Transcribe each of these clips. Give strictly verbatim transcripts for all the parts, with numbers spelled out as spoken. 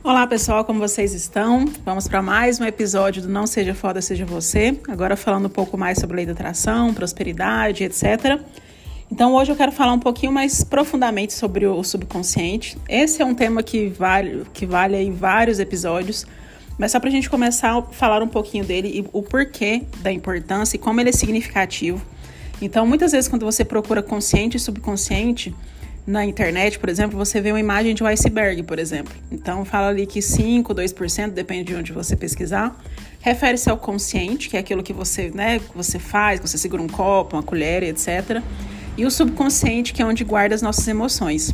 Olá pessoal, como vocês estão? Vamos para mais um episódio do Não Seja Foda, Seja Você. Agora falando um pouco mais sobre lei da atração, prosperidade, etcétera. Então hoje eu quero falar um pouquinho mais profundamente sobre o subconsciente. Esse é um tema que vale, que vale aí vários episódios, mas só para a gente começar a falar um pouquinho dele e o porquê da importância e como ele é significativo. Então muitas vezes quando você procura consciente e subconsciente, na internet, por exemplo, você vê uma imagem de um iceberg, por exemplo. Então, fala ali que cinco, dois por cento, depende de onde você pesquisar, refere-se ao consciente, que é aquilo que você, né, que você faz, que você segura um copo, uma colher, etcétera. E o subconsciente, que é onde guarda as nossas emoções.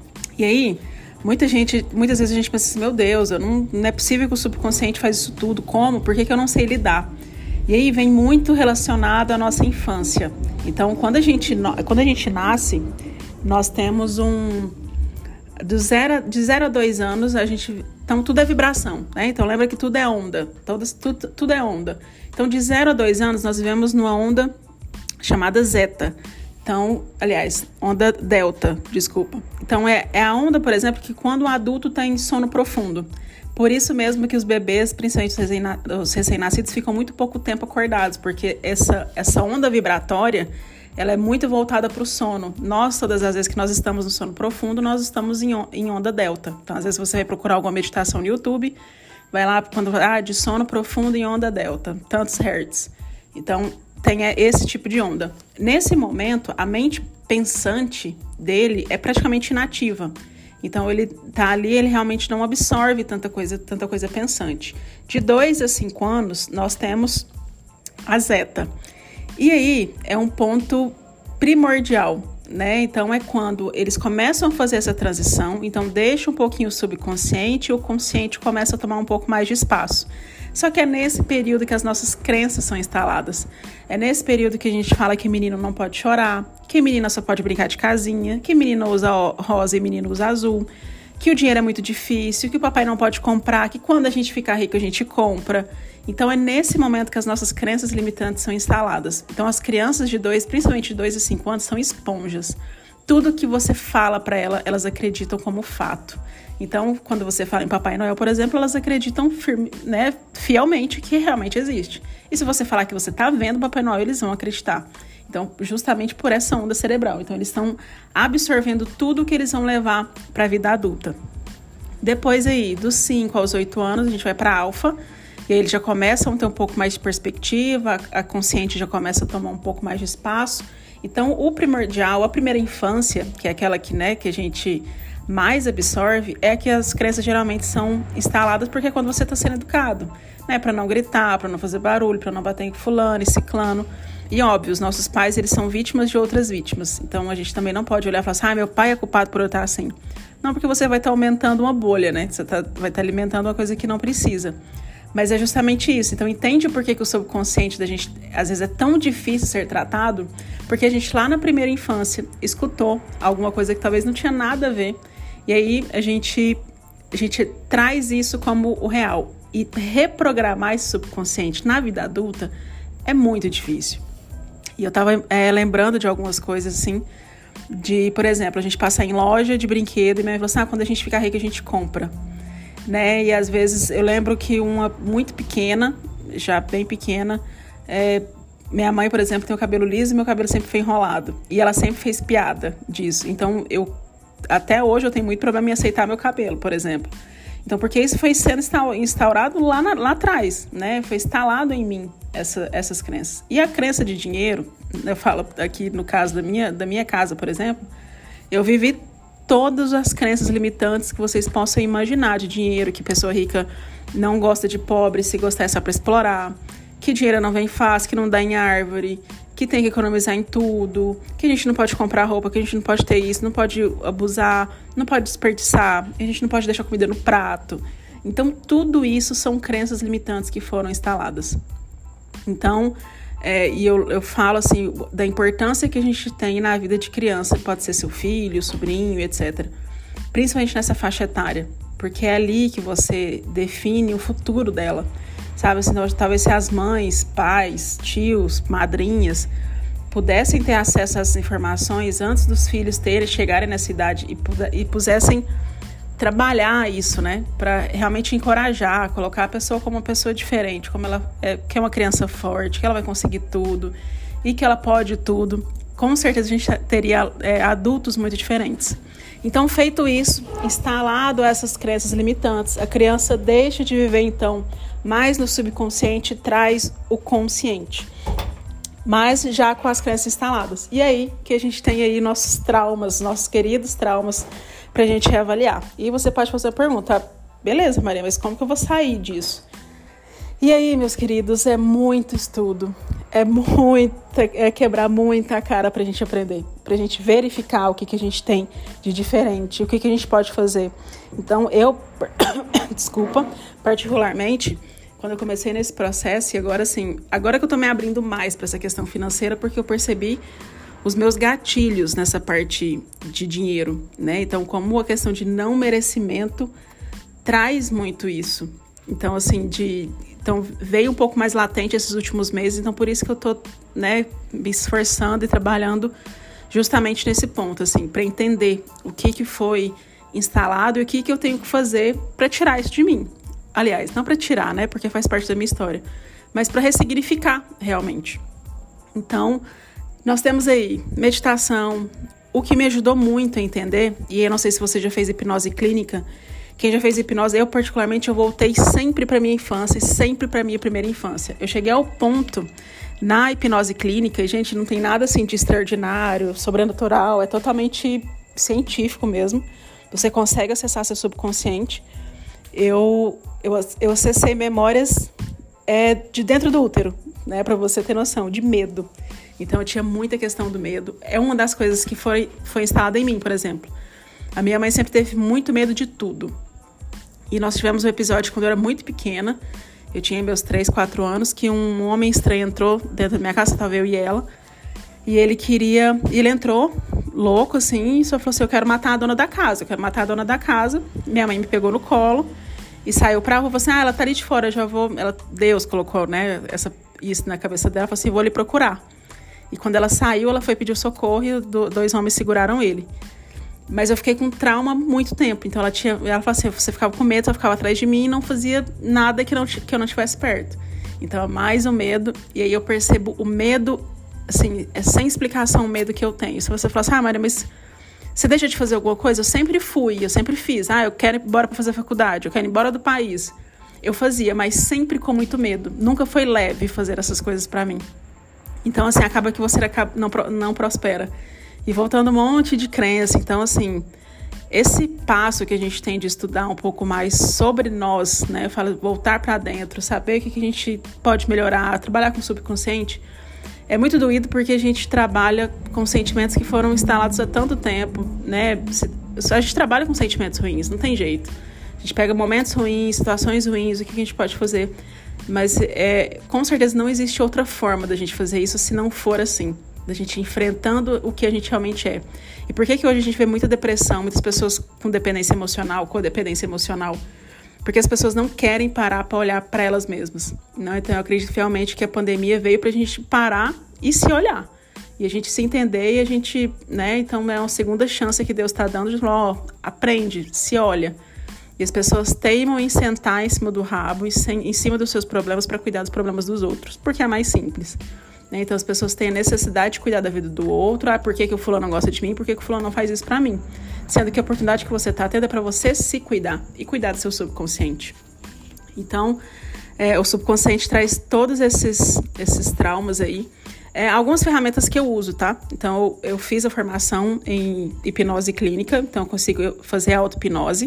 E aí, muita gente, muitas vezes a gente pensa assim, meu Deus, eu não, não é possível que o subconsciente faz isso tudo. Como? Por que que eu não sei lidar? E aí vem muito relacionado à nossa infância. Então, quando a gente, quando a gente nasce, nós temos um... Do zero, de zero a dois anos, a gente... Então, tudo é vibração, né? Então, lembra que tudo é onda. Tudo, tudo, tudo é onda. Então, de zero a dois anos, nós vivemos numa onda chamada zeta. Então, aliás, onda delta, desculpa. Então, é, é a onda, por exemplo, que quando o adulto está em sono profundo. Por isso mesmo que os bebês, principalmente os recém-nascidos, ficam muito pouco tempo acordados, porque essa, essa onda vibratória, ela é muito voltada para o sono. Nós, todas as vezes que nós estamos no sono profundo, nós estamos em, em onda delta. Então, às vezes você vai procurar alguma meditação no YouTube, vai lá, quando ah, de sono profundo em onda delta, tantos hertz. Então, tem esse tipo de onda. Nesse momento, a mente pensante dele é praticamente inativa. Então, ele tá ali, ele realmente não absorve tanta coisa, tanta coisa pensante. De dois a cinco anos, nós temos a zeta. E aí, é um ponto primordial, né? Então, é quando eles começam a fazer essa transição, então deixa um pouquinho o subconsciente e o consciente começa a tomar um pouco mais de espaço. Só que é nesse período que as nossas crenças são instaladas. É nesse período que a gente fala que menino não pode chorar, que menina só pode brincar de casinha, que menino usa rosa e menino usa azul, que o dinheiro é muito difícil, que o papai não pode comprar, que quando a gente ficar rico a gente compra. Então é nesse momento que as nossas crenças limitantes são instaladas. Então as crianças de dois, principalmente de dois a cinco anos, são esponjas. Tudo que você fala para elas, elas acreditam como fato. Então, quando você fala em Papai Noel, por exemplo, elas acreditam firme, né, fielmente que realmente existe. E se você falar que você está vendo Papai Noel, eles vão acreditar. Então, justamente por essa onda cerebral. Então, eles estão absorvendo tudo que eles vão levar para a vida adulta. Depois aí, dos cinco aos oito anos, a gente vai para a alfa. E aí eles já começam a ter um pouco mais de perspectiva, a consciente já começa a tomar um pouco mais de espaço. Então, o primordial, a primeira infância, que é aquela que, né, que a gente mais absorve, é que as crenças geralmente são instaladas porque é quando você está sendo educado, né, para não gritar, para não fazer barulho, para não bater em fulano e ciclano. E óbvio, os nossos pais, eles são vítimas de outras vítimas. Então, a gente também não pode olhar e falar assim, ah, meu pai é culpado por eu estar assim. Não, porque você vai estar aumentando uma bolha, né? Você tá, vai estar alimentando uma coisa que não precisa. Mas é justamente isso. Então, entende por que, que o subconsciente da gente, às vezes, é tão difícil ser tratado? Porque a gente, lá na primeira infância, escutou alguma coisa que talvez não tinha nada a ver. E aí, a gente, a gente traz isso como o real. E reprogramar esse subconsciente na vida adulta é muito difícil. E eu estava é, lembrando de algumas coisas, assim, de, por exemplo, a gente passar em loja de brinquedo e minha mãe falou assim, ah, quando a gente ficar rica, a gente compra. Né? E às vezes eu lembro que uma muito pequena, já bem pequena, é, minha mãe, por exemplo, tem o cabelo liso e meu cabelo sempre foi enrolado. E ela sempre fez piada disso. Então, eu até hoje eu tenho muito problema em aceitar meu cabelo, por exemplo. Então, porque isso foi sendo instaurado lá, na, lá atrás, né? Foi instalado em mim essa, essas crenças. E a crença de dinheiro, eu falo aqui no caso da minha, da minha casa, por exemplo, eu vivi todas as crenças limitantes que vocês possam imaginar de dinheiro, que pessoa rica não gosta de pobre, se gostar é só para explorar, que dinheiro não vem fácil, que não dá em árvore, que tem que economizar em tudo, que a gente não pode comprar roupa, que a gente não pode ter isso, não pode abusar, não pode desperdiçar, a gente não pode deixar comida no prato. Então, tudo isso são crenças limitantes que foram instaladas. Então, É, e eu, eu falo assim, da importância que a gente tem na vida de criança, pode ser seu filho, sobrinho, etcétera. Principalmente nessa faixa etária, porque é ali que você define o futuro dela, sabe? Assim, talvez se as mães, pais, tios, madrinhas pudessem ter acesso a essas informações antes dos filhos terem, chegarem nessa idade e, e pusessem trabalhar isso, né? Para realmente encorajar, colocar a pessoa como uma pessoa diferente, como ela é, que é uma criança forte, que ela vai conseguir tudo e que ela pode tudo. Com certeza a gente teria é, adultos muito diferentes. Então, feito isso, instalado essas crenças limitantes, a criança deixa de viver, então, mais no subconsciente e traz o consciente. Mas já com as crenças instaladas. E aí que a gente tem aí nossos traumas, nossos queridos traumas, pra gente reavaliar. E você pode fazer a pergunta, beleza, Maria, mas como que eu vou sair disso? E aí, meus queridos, é muito estudo, é muita, é quebrar muita cara pra gente aprender, pra gente verificar o que, que a gente tem de diferente, o que, que a gente pode fazer. Então, eu, desculpa, particularmente, quando eu comecei nesse processo, e agora assim, agora que eu tô me abrindo mais pra essa questão financeira, porque eu percebi os meus gatilhos nessa parte de dinheiro, né? Então, como a questão de não merecimento traz muito isso. Então, assim, de, então veio um pouco mais latente esses últimos meses, então por isso que eu tô, né, me esforçando e trabalhando justamente nesse ponto, assim, para entender o que que foi instalado e o que que eu tenho que fazer para tirar isso de mim. Aliás, não para tirar, né, porque faz parte da minha história, mas para ressignificar realmente. Então, nós temos aí meditação, o que me ajudou muito a entender, e eu não sei se você já fez hipnose clínica. Quem já fez hipnose, eu particularmente, eu voltei sempre para minha infância, sempre para minha primeira infância. Eu cheguei ao ponto, na hipnose clínica, e gente, não tem nada assim de extraordinário, sobrenatural, é totalmente científico mesmo. Você consegue acessar seu subconsciente. Eu, eu, eu acessei memórias é, de dentro do útero, né, para você ter noção, de medo. Então eu tinha muita questão do medo. É uma das coisas que foi, foi instalada em mim, por exemplo. A minha mãe sempre teve muito medo de tudo. E nós tivemos um episódio quando eu era muito pequena, eu tinha meus três, quatro anos, que um homem estranho entrou dentro da minha casa, estava eu e ela, e ele queria, ele entrou louco assim, e só falou assim, eu quero matar a dona da casa, eu quero matar a dona da casa. Minha mãe me pegou no colo e saiu pra rua, falou assim, ah, ela tá ali de fora, eu já vou, ela, Deus colocou, né, essa, isso na cabeça dela, falou assim, vou lhe procurar. E quando ela saiu, ela foi pedir socorro e dois homens seguraram ele. Mas eu fiquei com trauma há muito tempo. Então ela tinha, ela falou assim, você ficava com medo, ela ficava atrás de mim e não fazia nada que, não, que eu não estivesse perto. Então é mais o medo. E aí eu percebo o medo, assim, é sem explicação o medo que eu tenho. Se você falar assim, ah, Maria, mas você deixa de fazer alguma coisa? Eu sempre fui, eu sempre fiz. Ah, eu quero ir embora para fazer faculdade, eu quero ir embora do país. Eu fazia, mas sempre com muito medo. Nunca foi leve fazer essas coisas para mim. Então, assim, acaba que você acaba, não, não prospera. E voltando um monte de crença, então assim, esse passo que a gente tem de estudar um pouco mais sobre nós, né, eu falo, voltar para dentro, saber o que a gente pode melhorar, trabalhar com o subconsciente, é muito doído porque a gente trabalha com sentimentos que foram instalados há tanto tempo, né, a gente trabalha com sentimentos ruins, não tem jeito. A gente pega momentos ruins, situações ruins, o que a gente pode fazer, mas é, com certeza não existe outra forma da gente fazer isso se não for assim. Da gente enfrentando o que a gente realmente é. E por que que hoje a gente vê muita depressão, muitas pessoas com dependência emocional, codependência emocional? Porque as pessoas não querem parar para olhar para elas mesmas. Não? Então eu acredito realmente que a pandemia veio para a gente parar e se olhar. E a gente se entender e a gente, né? Então é uma segunda chance que Deus está dando de falar, ó, aprende, se olha. E as pessoas teimam em sentar em cima do rabo, em cima dos seus problemas para cuidar dos problemas dos outros, porque é mais simples. Então as pessoas têm a necessidade de cuidar da vida do outro. Ah, por que que o fulano não gosta de mim? Por que que o fulano não faz isso pra mim? Sendo que a oportunidade que você tá tendo é pra você se cuidar e cuidar do seu subconsciente. Então, é, o subconsciente traz todos esses, esses traumas aí. É, algumas ferramentas que eu uso, tá? Então, eu, eu fiz a formação em hipnose clínica, então eu consigo fazer a auto-hipnose.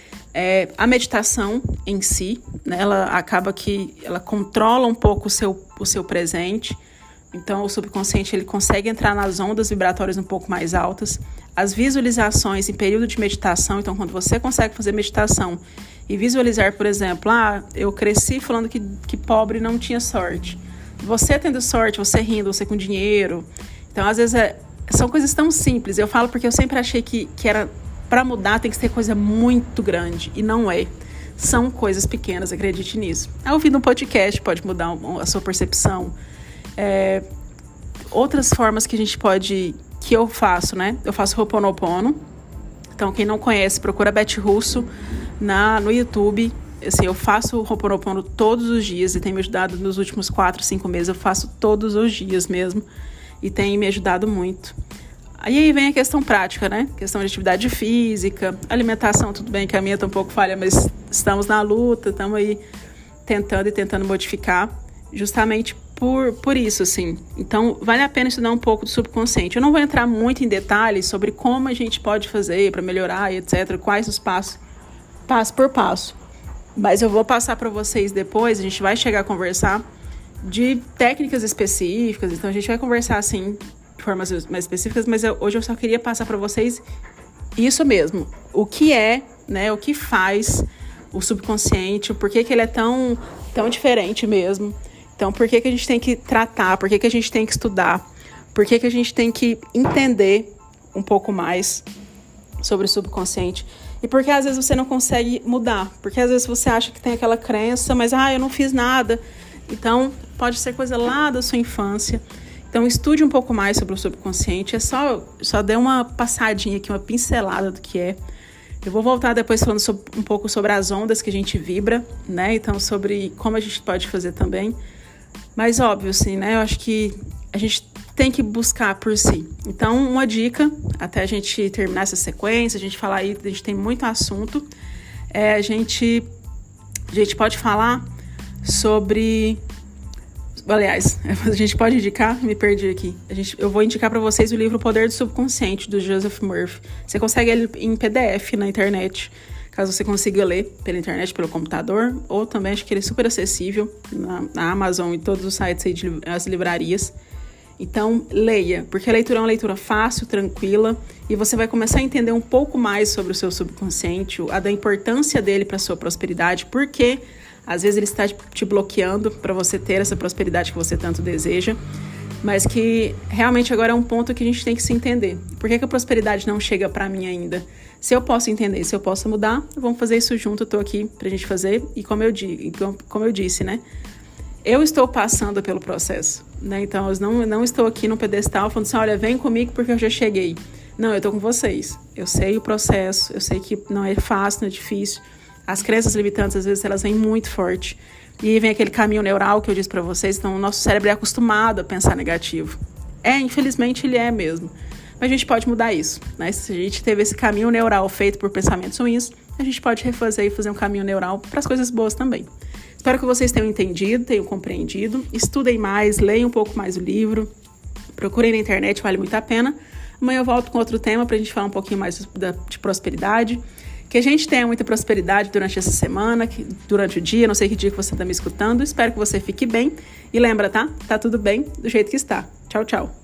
É, a meditação em si, né, ela acaba que ela controla um pouco o seu, o seu presente. Então, o subconsciente ele consegue entrar nas ondas vibratórias um pouco mais altas. As visualizações em período de meditação, então, quando você consegue fazer meditação e visualizar, por exemplo, ah, eu cresci falando que, que pobre não tinha sorte. Você tendo sorte, você rindo, você com dinheiro. Então, às vezes, é, são coisas tão simples. Eu falo porque eu sempre achei que, que era para mudar tem que ser coisa muito grande, e não é. São coisas pequenas, acredite nisso. Ao ouvir um podcast pode mudar a sua percepção. É, outras formas que a gente pode, que eu faço, né? Eu faço Ho'oponopono. Então, quem não conhece, procura Beth Russo na, no YouTube. Assim, eu faço o Ho'oponopono todos os dias e tem me ajudado nos últimos quatro, cinco meses. Eu faço todos os dias mesmo e tem me ajudado muito. Aí vem a questão prática, né? Questão de atividade física, alimentação, tudo bem que a minha tá um pouco falha, mas estamos na luta, estamos aí tentando e tentando modificar, justamente por, por isso, assim. Então, vale a pena estudar um pouco do subconsciente. Eu não vou entrar muito em detalhes sobre como a gente pode fazer para melhorar e etcétera, quais os passos, passo por passo. Mas eu vou passar para vocês depois, a gente vai chegar a conversar de técnicas específicas, então a gente vai conversar, assim, de formas mais específicas, mas eu, hoje eu só queria passar para vocês isso mesmo, o que é, né, o que faz o subconsciente, por que que ele é tão, tão diferente mesmo, então por que que a gente tem que tratar, por que que a gente tem que estudar, por que que a gente tem que entender um pouco mais sobre o subconsciente, e por que às vezes você não consegue mudar, porque às vezes você acha que tem aquela crença, mas ah, eu não fiz nada, então pode ser coisa lá da sua infância. Então, estude um pouco mais sobre o subconsciente. É só, só dê uma passadinha aqui, uma pincelada do que é. Eu vou voltar depois falando sobre, um pouco sobre as ondas que a gente vibra, né? Então, sobre como a gente pode fazer também. Mas, óbvio, assim, né? Eu acho que a gente tem que buscar por si. Então, uma dica, até a gente terminar essa sequência, a gente falar aí, a gente tem muito assunto, é a gente, a gente pode falar sobre... Aliás, a gente pode indicar, me perdi aqui. A gente, eu vou indicar para vocês o livro O Poder do Subconsciente, do Joseph Murphy. Você consegue ele em P D F na internet, caso você consiga ler pela internet, pelo computador, ou também acho que ele é super acessível na, na Amazon e todos os sites aí, de, as livrarias. Então, leia, porque a leitura é uma leitura fácil, tranquila, e você vai começar a entender um pouco mais sobre o seu subconsciente, a da importância dele para a sua prosperidade, porque às vezes ele está te bloqueando para você ter essa prosperidade que você tanto deseja, mas que realmente agora é um ponto que a gente tem que se entender. Por que que a prosperidade não chega para mim ainda? Se eu posso entender, se eu posso mudar, vamos fazer isso junto, eu tô aqui pra gente fazer, e como eu, como eu disse, né? Eu estou passando pelo processo, né? Então, eu não, não estou aqui no pedestal falando assim, olha, vem comigo porque eu já cheguei. Não, eu tô com vocês. Eu sei o processo, eu sei que não é fácil, não é difícil. As crenças limitantes, às vezes, elas vêm muito forte. E aí vem aquele caminho neural que eu disse para vocês. Então, o nosso cérebro é acostumado a pensar negativo. É, infelizmente, ele é mesmo. Mas a gente pode mudar isso, né? Se a gente teve esse caminho neural feito por pensamentos ruins, a gente pode refazer e fazer um caminho neural para as coisas boas também. Espero que vocês tenham entendido, tenham compreendido. Estudem mais, leiam um pouco mais o livro. Procurem na internet, vale muito a pena. Amanhã eu volto com outro tema para a gente falar um pouquinho mais de prosperidade. Que a gente tenha muita prosperidade durante essa semana, que, durante o dia, não sei que dia que você está me escutando. Espero que você fique bem. E lembra, tá? Tá tudo bem do jeito que está. Tchau, tchau.